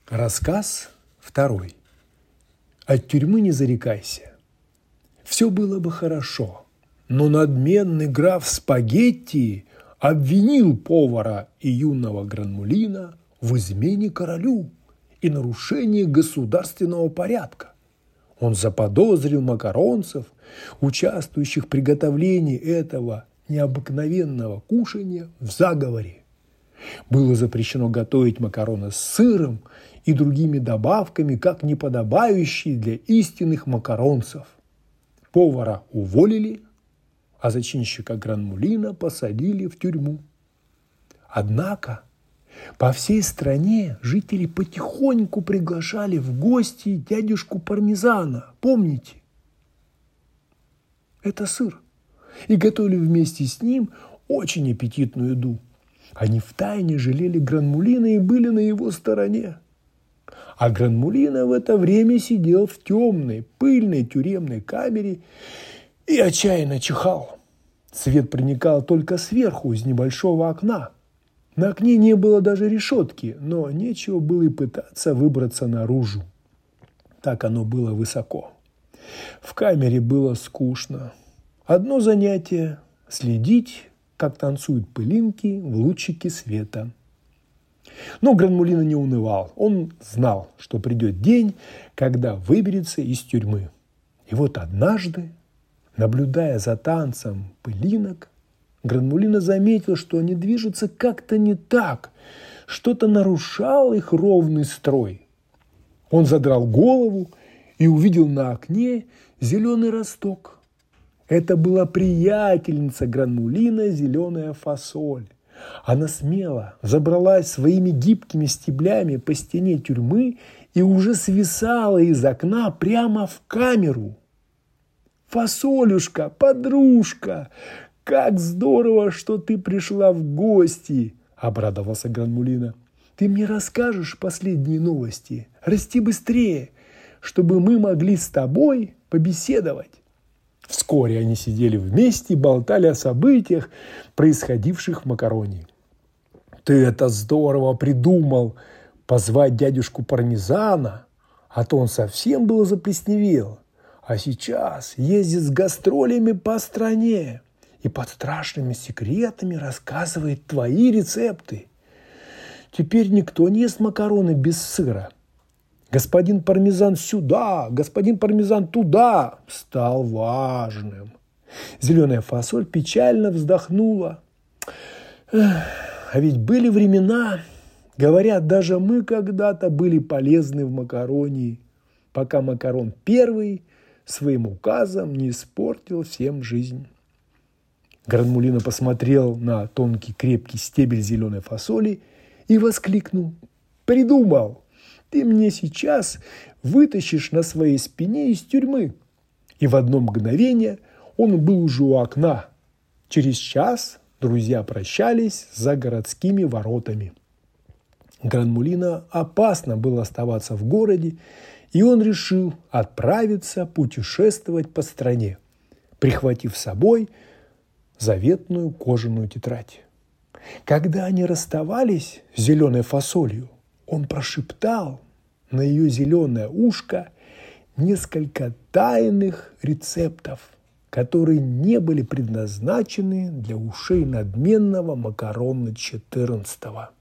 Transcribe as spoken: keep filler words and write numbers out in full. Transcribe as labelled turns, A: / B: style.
A: Рассказ второй. От тюрьмы не зарекайся. Все было бы хорошо, но надменный граф Спагетти обвинил повара и юного Гранмулина в измене королю и нарушении государственного порядка. Он заподозрил макаронцев, участвующих в приготовлении этого необыкновенного кушания, в заговоре. Было запрещено готовить макароны с сыром и другими добавками, как неподобающие для истинных макаронцев. Повара уволили, а зачинщика Гранмулина посадили в тюрьму. Однако по всей стране жители потихоньку приглашали в гости дядюшку Пармезана, помните? Это сыр. И готовили вместе с ним очень аппетитную еду. Они втайне жалели Гранмулина и были на его стороне. А Гранмулина в это время сидел в темной, пыльной тюремной камере и отчаянно чихал. Свет проникал только сверху, из небольшого окна. На окне не было даже решетки, но нечего было и пытаться выбраться наружу. Так оно было высоко. В камере было скучно. Одно занятие – следить, как танцуют пылинки в лучике света. Но Гранмулина не унывал. Он знал, что придет день, когда выберется из тюрьмы. И вот однажды, наблюдая за танцем пылинок, Гранмулина заметил, что они движутся как-то не так. Что-то нарушало их ровный строй. Он задрал голову и увидел на окне зеленый росток. Это была приятельница Гранмулина, зеленая фасоль. Она смело забралась своими гибкими стеблями по стене тюрьмы и уже свисала из окна прямо в камеру. «Фасолюшка, подружка, как здорово, что ты пришла в гости!» – обрадовался Гранмулина. «Ты мне расскажешь последние новости? Расти быстрее, чтобы мы могли с тобой побеседовать». Вскоре они сидели вместе и болтали о событиях, происходивших в Макаронии. «Ты это здорово придумал, позвать дядюшку Пармезана, а то он совсем было заплесневел, а сейчас ездит с гастролями по стране и под страшными секретами рассказывает твои рецепты. Теперь никто не ест макароны без сыра. Господин Пармезан сюда, господин Пармезан туда стал важным». Зеленая фасоль печально вздохнула. «Эх, а ведь были времена, говорят, даже мы когда-то были полезны в Макаронии, пока Макарон первый своим указом не испортил всем жизнь». Гранмулина посмотрел на тонкий крепкий стебель зеленой фасоли и воскликнул: «Придумал! Ты мне сейчас вытащишь на своей спине из тюрьмы». И в одно мгновение он был уже у окна. Через час друзья прощались за городскими воротами. Гранмулина опасно было оставаться в городе, и он решил отправиться путешествовать по стране, прихватив с собой заветную кожаную тетрадь. Когда они расставались с зеленой фасолью, он прошептал на ее зеленое ушко несколько тайных рецептов, которые не были предназначены для ушей надменного Макарона четырнадцатого.